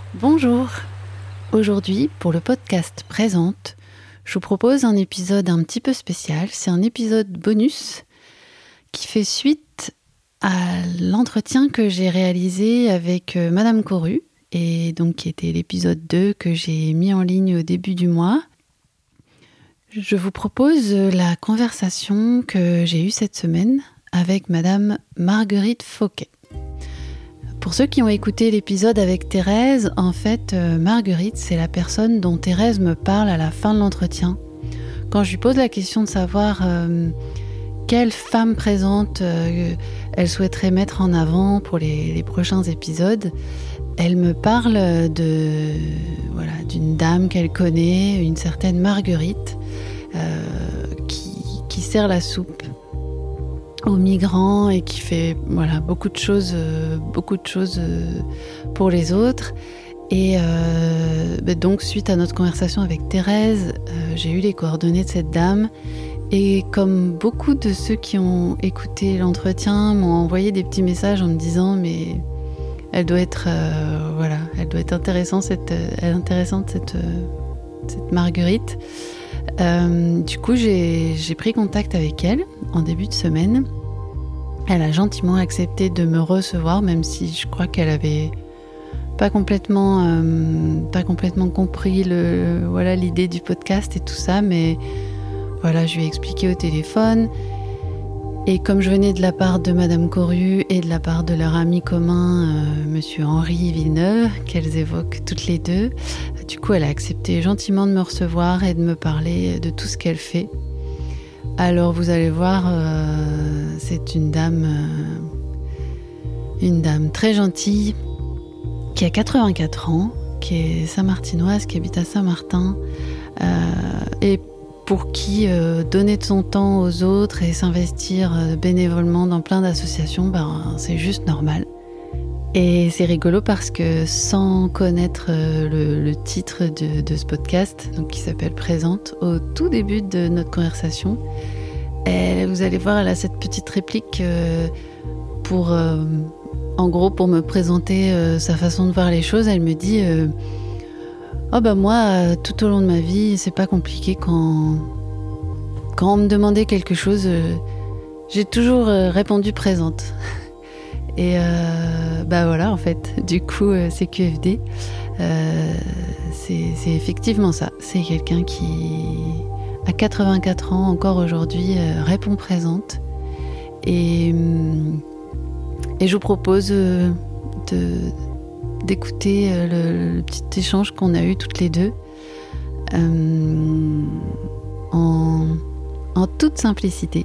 Bonjour. Aujourd'hui, pour le podcast Présente, je vous propose un épisode un petit peu spécial. C'est un épisode bonus qui fait suite à l'entretien que j'ai réalisé avec Madame Coru, et donc qui était l'épisode 2 que j'ai mis en ligne au début du mois. Je vous propose la conversation que j'ai eue cette semaine avec Madame Marguerite Fauquet. Pour ceux qui ont écouté l'épisode avec Thérèse, en fait, Marguerite, c'est la personne dont Thérèse me parle à la fin de l'entretien. Quand je lui pose la question de savoir quelle femme présente elle souhaiterait mettre en avant pour les prochains épisodes, elle me parle d'une dame qu'elle connaît, une certaine Marguerite, qui sert la soupe aux migrants et qui fait beaucoup de choses pour les autres. Et donc suite à notre conversation avec Thérèse, j'ai eu les coordonnées de cette dame, et comme beaucoup de ceux qui ont écouté l'entretien m'ont envoyé des petits messages en me disant mais elle doit être intéressante cette Marguerite. Du coup, j'ai pris contact avec elle en début de semaine. Elle a gentiment accepté de me recevoir, même si je crois qu'elle avait pas complètement compris l'idée du podcast et tout ça, mais voilà, je lui ai expliqué au téléphone. Et comme je venais de la part de Madame Coru et de la part de leur ami commun, Monsieur Henri Villeneuve, qu'elles évoquent toutes les deux, du coup, elle a accepté gentiment de me recevoir et de me parler de tout ce qu'elle fait. Alors, vous allez voir, c'est une dame très gentille, qui a 84 ans, qui est saint-martinoise, qui habite à Saint-Martin, et pour qui donner de son temps aux autres et s'investir bénévolement dans plein d'associations, c'est juste normal. Et c'est rigolo parce que sans connaître le titre de ce podcast, donc qui s'appelle Présente, au tout début de notre conversation, vous allez voir, elle a cette petite réplique pour me présenter sa façon de voir les choses. Elle me dit moi, tout au long de ma vie, c'est pas compliqué quand on me demandait quelque chose, j'ai toujours répondu présente. Et en fait, du coup, c'est QFD. C'est effectivement ça. C'est quelqu'un qui, à 84 ans, encore aujourd'hui, répond présente. Et je vous propose d'écouter le petit échange qu'on a eu toutes les deux en toute simplicité.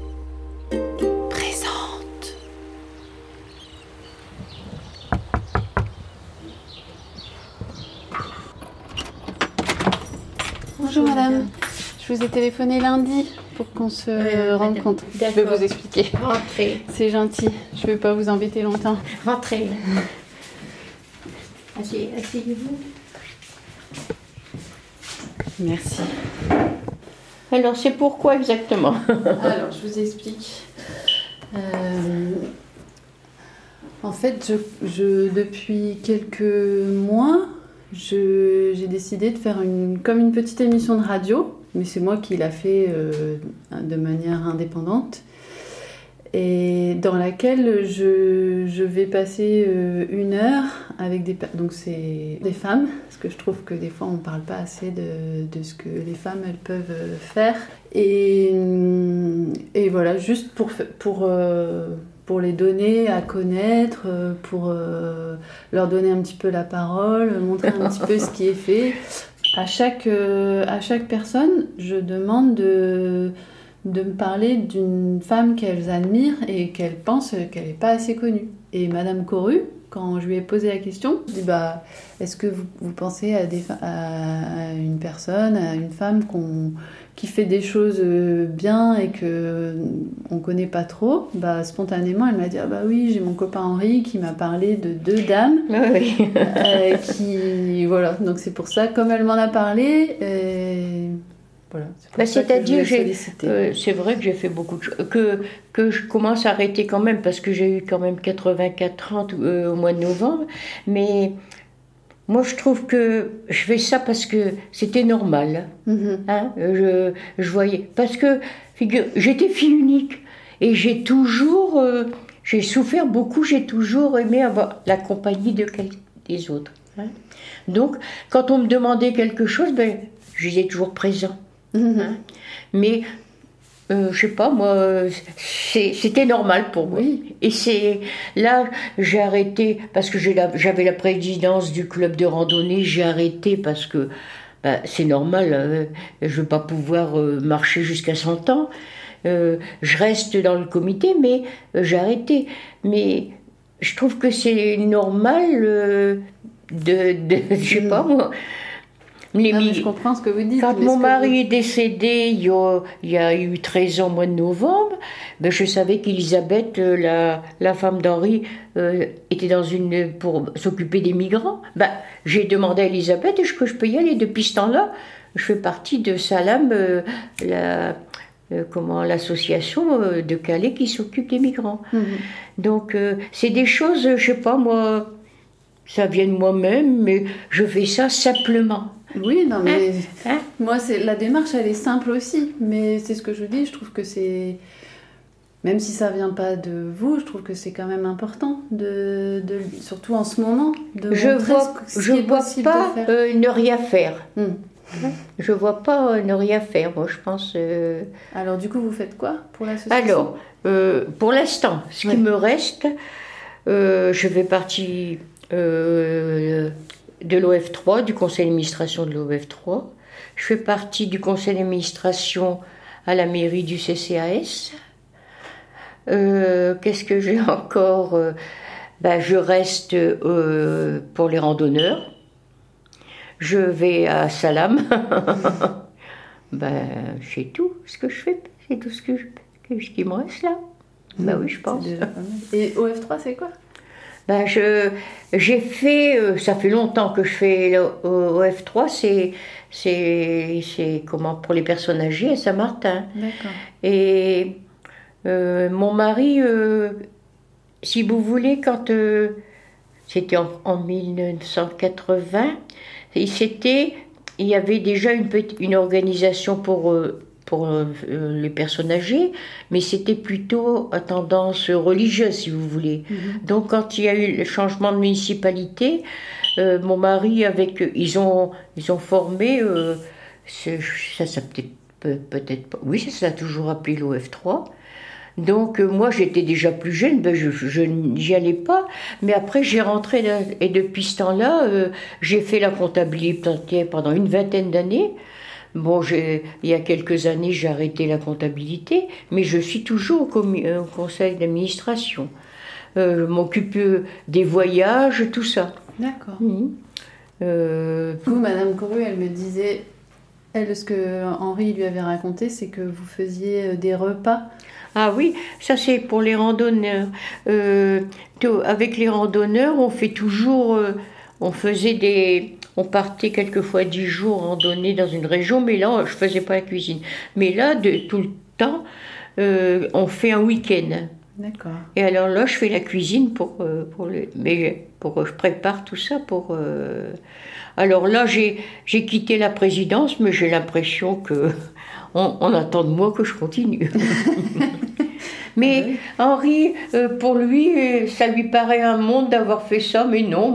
Bonjour madame, je vous ai téléphoné lundi pour qu'on se rencontre. Je vais vous expliquer. Rentrez. C'est gentil, je ne vais pas vous embêter longtemps. Rentrez. Asseyez-vous. Merci. Alors, c'est pourquoi exactement? Alors, je vous explique. En fait, depuis quelques mois, j'ai décidé de faire une petite émission de radio, mais c'est moi qui l'a fait de manière indépendante, et dans laquelle je vais passer 1 heure avec donc c'est des femmes, parce que je trouve que des fois on ne parle pas assez de ce que les femmes elles peuvent faire, et voilà, juste pour les donner à connaître, pour leur donner un petit peu la parole, montrer un petit peu ce qui est fait. À chaque personne, je demande de me parler d'une femme qu'elles admirent et qu'elles pensent qu'elle n'est pas assez connue. Et Madame Coru, quand je lui ai posé la question, je dis est-ce que vous pensez à une personne, à une femme qui fait des choses bien et qu'on ne connaît pas trop, spontanément, elle m'a dit oui, j'ai mon copain Henri qui m'a parlé de 2 dames. Oui. Donc c'est pour ça, comme elle m'en a parlé, voilà. C'est-à-dire, c'est vrai que j'ai fait beaucoup de choses, que je commence à arrêter quand même, parce que j'ai eu quand même 84 ans au mois de novembre, mais moi, je trouve que je fais ça parce que c'était normal. Hein, je voyais. Parce que, j'étais fille unique. Et j'ai toujours... j'ai souffert beaucoup, j'ai toujours aimé avoir la compagnie des autres. Hein. Donc, quand on me demandait quelque chose, j'étais toujours présent. Hein. Mais... je sais pas, moi, c'était normal pour moi. Oui. Et là, j'ai arrêté parce que j'avais la présidence du club de randonnée. J'ai arrêté parce que c'est normal. Je vais pas pouvoir marcher jusqu'à 100 ans. Je reste dans le comité, mais j'ai arrêté. Mais je trouve que c'est normal je sais pas moi. Mais je comprends ce que vous dites. Quand mon mari est décédé, il y a eu 13 ans, au mois de novembre, je savais qu'Elisabeth, la femme d'Henri, était pour s'occuper des migrants. J'ai demandé à Elisabeth, est-ce que je peux y aller? Depuis ce temps-là, je fais partie de Salam, l'association de Calais qui s'occupe des migrants. Donc, c'est des choses, je sais pas, moi, ça vient de moi-même, mais je fais ça simplement. Oui, non, mais moi, la démarche, elle est simple aussi. Mais c'est ce que je dis, je trouve que c'est... Même si ça vient pas de vous, je trouve que c'est quand même important, surtout en ce moment, de montrer ce qui est possible de faire. Je vois pas ne rien faire. Je vois pas ne rien faire, moi, je pense... Alors, du coup, vous faites quoi pour l'association? Alors, pour l'instant, ce qui me reste, je fais partie... de l'OF3, du conseil d'administration de l'OF3. Je fais partie du conseil d'administration à la mairie du CCAS. Qu'est-ce que j'ai encore? Je reste pour les randonneurs. Je vais à Salam. C'est tout ce que je fais. C'est tout ce qui me reste là. Oui, je pense. Et OF3, c'est quoi? J'ai fait, ça fait longtemps que je fais OF3, c'est pour les personnes âgées à Saint-Martin. D'accord. Et mon mari, si vous voulez, quand c'était en 1980, il y avait déjà une organisation pour les personnes âgées, mais c'était plutôt à tendance religieuse, si vous voulez. Donc, quand il y a eu le changement de municipalité, mon mari, ils ont formé, ça peut-être pas, oui, ça s'est toujours appelé l'OF3. Donc, moi, j'étais déjà plus jeune, je n'y allais pas, mais après, j'ai rentré, et depuis ce temps-là, j'ai fait la comptabilité pendant une vingtaine d'années. Bon, il y a quelques années, j'ai arrêté la comptabilité, mais je suis toujours au conseil d'administration. Je m'occupe des voyages, tout ça. D'accord. Vous, Madame Coru, elle me disait, ce que Henri lui avait raconté, c'est que vous faisiez des repas. Ah oui, ça c'est pour les randonneurs. Avec les randonneurs, on fait toujours... On partait quelquefois 10 jours randonner dans une région, mais là, je faisais pas la cuisine. Mais là, tout le temps, on fait un week-end. D'accord. Et alors là, je fais la cuisine je prépare tout ça pour... Alors là, j'ai quitté la présidence, mais j'ai l'impression que on attend de moi que je continue. Mais Henri, pour lui, ça lui paraît un monde d'avoir fait ça, mais non,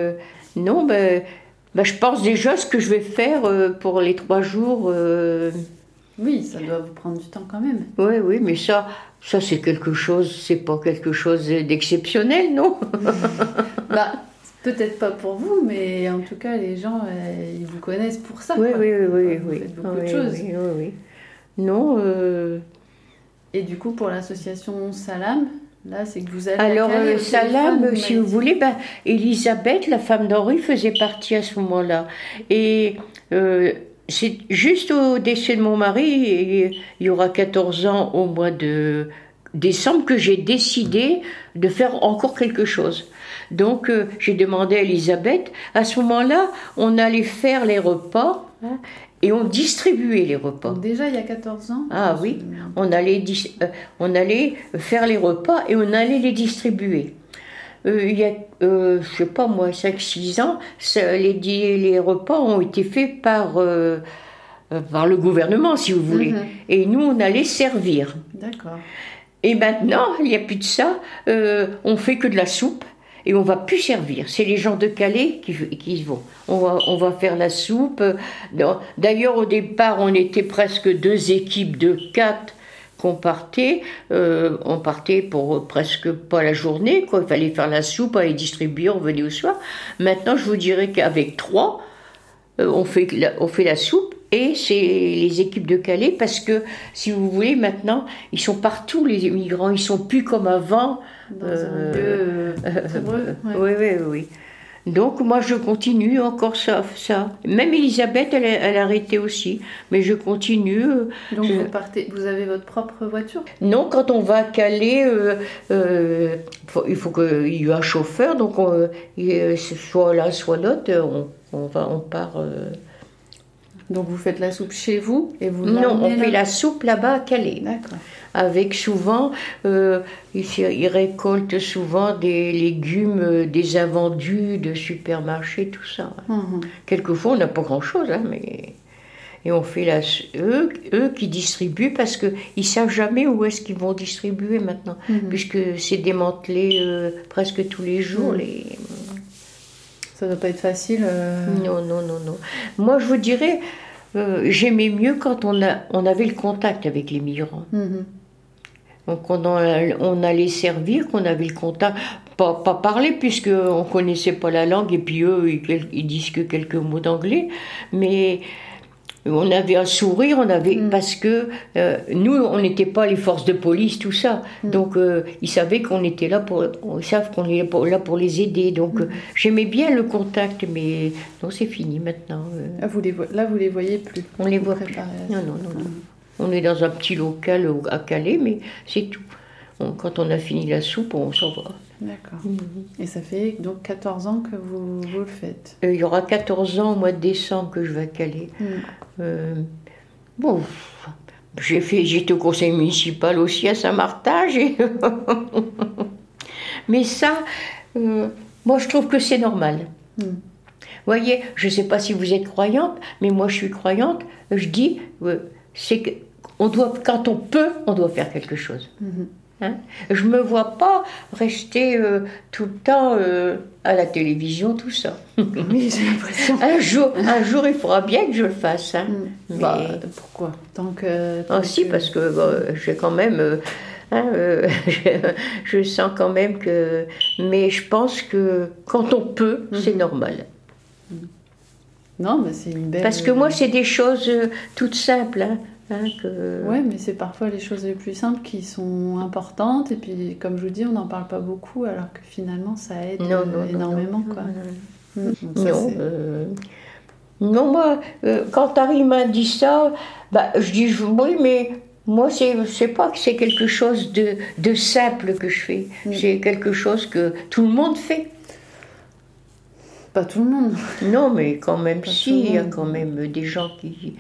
je pense déjà à ce que je vais faire pour les 3 jours. Oui, ça doit vous prendre du temps quand même. Oui, mais ça c'est quelque chose, c'est pas quelque chose d'exceptionnel, non? Peut-être pas pour vous, mais en tout cas, les gens, ils vous connaissent pour ça. Oui. Vous faites beaucoup de choses. Oui. Non. Et du coup, pour l'association Salam, là, c'est que vous allez... Alors, Salam, si vous voulez, Elisabeth, la femme d'Henri, faisait partie à ce moment-là. Et c'est juste au décès de mon mari, il y aura 14 ans au mois de décembre, que j'ai décidé de faire encore quelque chose. Donc, j'ai demandé à Elisabeth. À ce moment-là, on allait faire les repas... Et on distribuait les repas. Donc déjà, il y a 14 ans? Ah oui, on allait faire les repas et on allait les distribuer. il y a, je sais pas moi, 5-6 ans, les repas ont été faits par le gouvernement, si vous voulez. Et nous, on allait servir. D'accord. Et maintenant, il n'y a plus de ça. On fait que de la soupe et on va plus servir. C'est les gens de Calais qui vont. On va faire la soupe. D'ailleurs, au départ, on était presque 2 équipes de 4 qu'on partait. On partait pour presque pas la journée, quoi. Il fallait faire la soupe, aller distribuer, on venait au soir. Maintenant, je vous dirais qu'avec 3, on fait la soupe. Et c'est les équipes de Calais, parce que, si vous voulez, maintenant, ils sont partout, les immigrants, ils sont plus comme avant. Dans un lieu heureux. Oui. Donc, moi, je continue encore ça. Même Elisabeth, elle a arrêté aussi, mais je continue. Donc, vous avez votre propre voiture? Non, quand on va à Calais, il faut qu'il y ait un chauffeur, donc soit l'un, soit l'autre, on part... Donc vous faites la soupe chez vous et vous Non, on fait la soupe là-bas à Calais. D'accord. Avec souvent, ils récoltent souvent des légumes, des invendus de supermarché, tout ça. Quelquefois, on n'a pas grand-chose, hein, mais... Et on fait eux qui distribuent, parce qu'ils ne savent jamais où est-ce qu'ils vont distribuer maintenant, puisque c'est démantelé presque tous les jours. Ça ne doit pas être facile. Non. Moi, je vous dirais, j'aimais mieux quand on avait le contact avec les migrants. Donc, on allait servir, qu'on avait le contact. Pas parler, puisqu'on ne connaissait pas la langue, et puis eux, ils disent que quelques mots d'anglais. Mais on avait un sourire, parce que nous, on n'était pas les forces de police, tout ça. Donc, ils savaient qu'on était là ils savent qu'on est là pour les aider. Donc, j'aimais bien le contact, mais non, c'est fini maintenant. Vous les voyez plus. On les voit plus. Non. On est dans un petit local à Calais, mais c'est tout. Quand on a fini la soupe, on s'en va. D'accord. Et ça fait donc 14 ans que vous le faites? Il y aura 14 ans au mois de décembre que je vais à Calais. Bon, j'étais au conseil municipal aussi à Saint-Martin. Mais ça, moi je trouve que c'est normal. Vous voyez, je ne sais pas si vous êtes croyante, mais moi je suis croyante. Je dis, c'est que quand on peut, on doit faire quelque chose. Hein? Je me vois pas rester tout le temps à la télévision, tout ça. Oui, j'ai l'impression. Un jour, il faudra bien que je le fasse. Hein. Mais... pourquoi? Si, parce que j'ai quand même... je sens quand même que... Mais je pense que quand on peut, c'est normal. Non, mais c'est une belle... Parce que moi, c'est des choses toutes simples. Hein. Oui, mais c'est parfois les choses les plus simples qui sont importantes, et puis comme je vous dis, on n'en parle pas beaucoup, alors que finalement ça aide énormément. Non, moi, quand Harry m'a dit ça, je dis oui, mais moi c'est pas que c'est quelque chose de simple que je fais, c'est quelque chose que tout le monde fait. Pas tout le monde. Non, mais quand même, il y a quand même des gens qui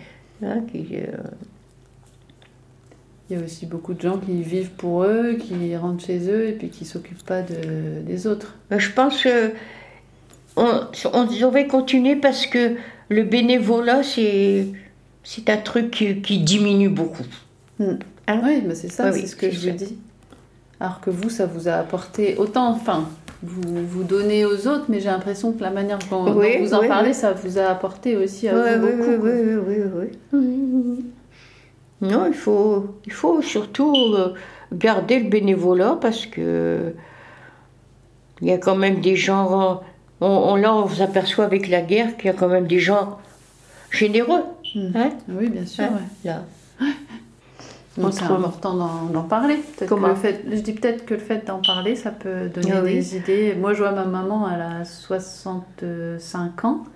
Il y a aussi beaucoup de gens qui vivent pour eux, qui rentrent chez eux et puis qui ne s'occupent pas des autres. Je pense qu'on devrait continuer, parce que le bénévolat, c'est un truc qui diminue beaucoup. Hein? Oui, c'est ça, c'est ce que je vous dis. Alors que vous, ça vous a apporté autant, enfin, vous donnez aux autres, mais j'ai l'impression que la manière dont vous en parlez, ça vous a apporté aussi à vous beaucoup. Oui. Non, il faut surtout garder le bénévolat, parce que il y a quand même des gens, on s'aperçoit avec la guerre qu'il y a quand même des gens généreux. Hein? Oui, bien sûr. Là. Donc c'est important d'en parler. Je dis peut-être que le fait d'en parler, ça peut donner des idées. Moi, je vois ma maman, elle a 65 ans,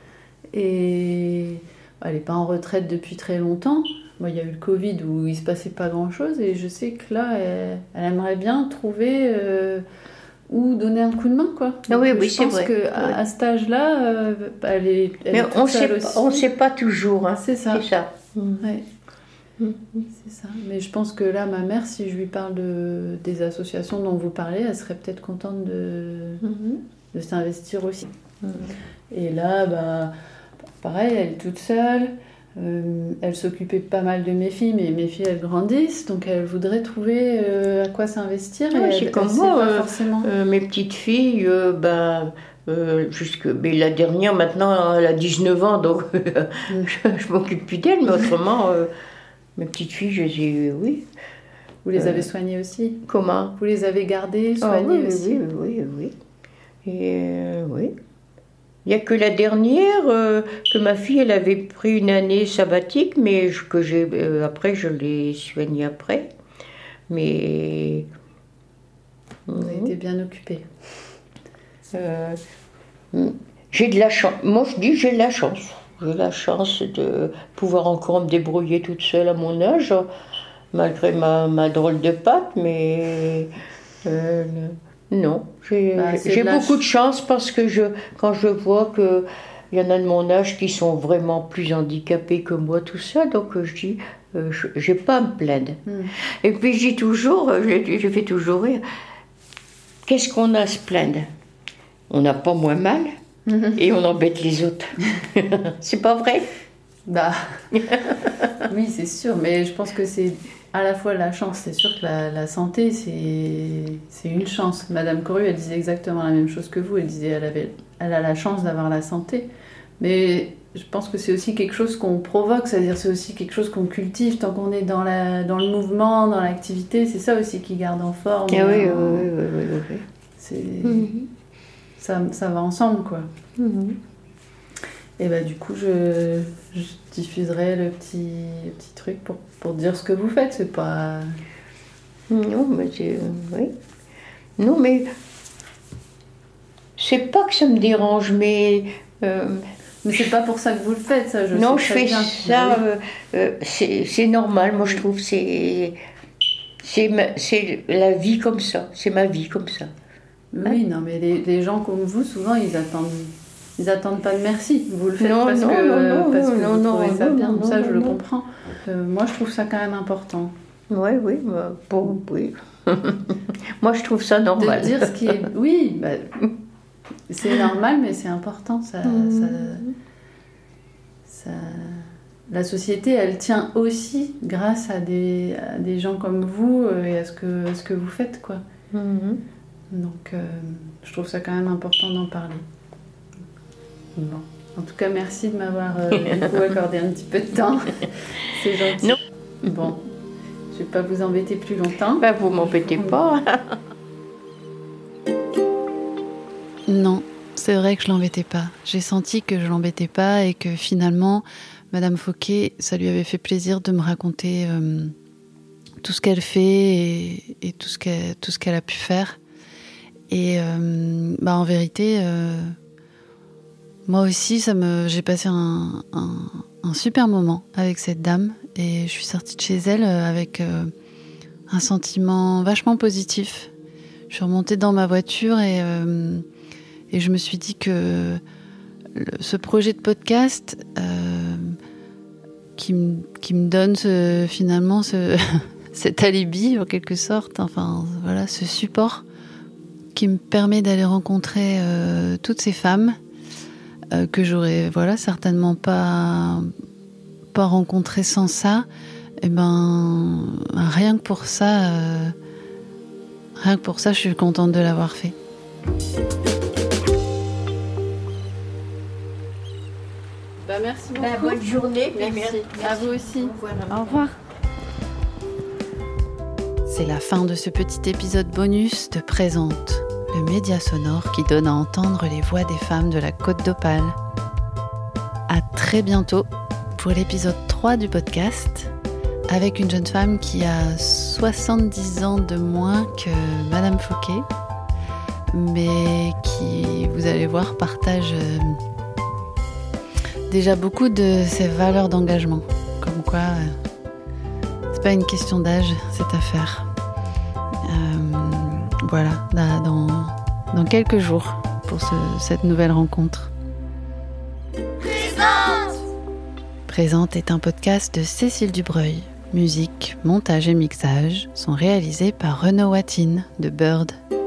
et elle n'est pas en retraite depuis très longtemps. Il y a eu le Covid où il ne se passait pas grand-chose, et je sais que là, elle aimerait bien trouver ou donner un coup de main, quoi. C'est vrai. Je pense qu'à cet âge-là, elle est on ne sait pas toujours. Hein. C'est ça. Ouais. C'est ça. Mais je pense que là, ma mère, si je lui parle des associations dont vous parlez, elle serait peut-être contente de s'investir aussi. Et là, bah, pareil, elle est toute seule. Elle s'occupait pas mal de mes filles, mais mes filles elles grandissent, donc elle voudrait trouver à quoi s'investir. Ouais, c'est comme moi, forcément. Mes petites filles, mais la dernière maintenant elle a 19 ans, donc je m'occupe plus d'elle, mais autrement, mes petites filles, je dis oui. Vous les avez soignées aussi? Comment? Vous les avez gardées, soignées aussi? Oui. Et oui. Il n'y a que la dernière, que ma fille, elle avait pris une année sabbatique, mais après, je l'ai soignée après. Mais... Vous avez été bien occupée. J'ai de la chance. Moi, je dis j'ai de la chance. J'ai la chance de pouvoir encore me débrouiller toute seule à mon âge, malgré ma drôle de patte, mais... non, j'ai beaucoup de chance parce que quand je vois qu'il y en a de mon âge qui sont vraiment plus handicapés que moi, tout ça, donc je dis, j'ai pas à me plaindre. Et puis je dis toujours, je fais toujours rire, qu'est-ce qu'on a à se plaindre? On n'a pas moins mal et on embête les autres. C'est pas vrai? Bah, oui, c'est sûr, mais je pense que c'est à la fois la chance, c'est sûr que la santé, c'est une chance. Madame Coru, elle disait exactement la même chose que vous. Elle disait elle a la chance d'avoir la santé. Mais je pense que c'est aussi quelque chose qu'on provoque, c'est-à-dire c'est aussi quelque chose qu'on cultive tant qu'on est dans le mouvement, dans l'activité. C'est ça aussi qui garde en forme. Ah oui. Ça va ensemble, quoi. Et bah du coup, je diffuserai le petit truc pour dire ce que vous faites. C'est pas... Non, mais oui. Non, mais c'est pas que ça me dérange, mais... mais c'est pas pour ça que vous le faites, ça. Non, je fais ça. C'est normal. Moi, je trouve c'est la vie comme ça. C'est ma vie comme ça. Oui, non, mais les gens comme vous, souvent, ils attendent pas de merci. Vous le faites parce que vous trouvez ça bien. Ça, je le comprends. Moi, je trouve ça quand même important. Oui. Oui. Moi, je trouve ça normal. De dire ce qui est... Oui, bah, c'est normal, mais c'est important. La société, elle tient aussi grâce à des gens comme vous et à ce que vous faites, quoi. Donc, je trouve ça quand même important d'en parler. Bon. En tout cas, merci de m'avoir accordé un petit peu de temps. C'est gentil. Non. Bon, je vais pas vous embêter plus longtemps. Bah, vous m'embêtez pas. Non, c'est vrai que je l'embêtais pas. J'ai senti que je l'embêtais pas et que finalement, Madame Fauquet, ça lui avait fait plaisir de me raconter tout ce qu'elle fait et tout ce qu'elle a pu faire. Et en vérité, moi aussi, j'ai passé un super moment avec cette dame et je suis sortie de chez elle avec un sentiment vachement positif. Je suis remontée dans ma voiture et je me suis dit que ce projet de podcast qui me donne finalement cet alibi en quelque sorte, enfin voilà, ce support qui me permet d'aller rencontrer toutes ces femmes que j'aurais certainement pas rencontrées sans ça. Et rien que pour ça, je suis contente de l'avoir fait. Merci beaucoup. Bonne journée. Merci. À vous aussi. Au revoir. C'est la fin de ce petit épisode bonus de Présente, le média sonore qui donne à entendre les voix des femmes de la Côte d'Opale. À très bientôt pour l'épisode 3 du podcast, avec une jeune femme qui a 70 ans de moins que Madame Fauquet, mais qui, vous allez voir, partage déjà beaucoup de ses valeurs d'engagement. Comme quoi... c'est pas une question d'âge, cette affaire. Voilà, dans quelques jours pour cette nouvelle rencontre. Présente est un podcast de Cécile Dubreuil, Musique, montage et mixage sont réalisés par Renaud Watine de Bird.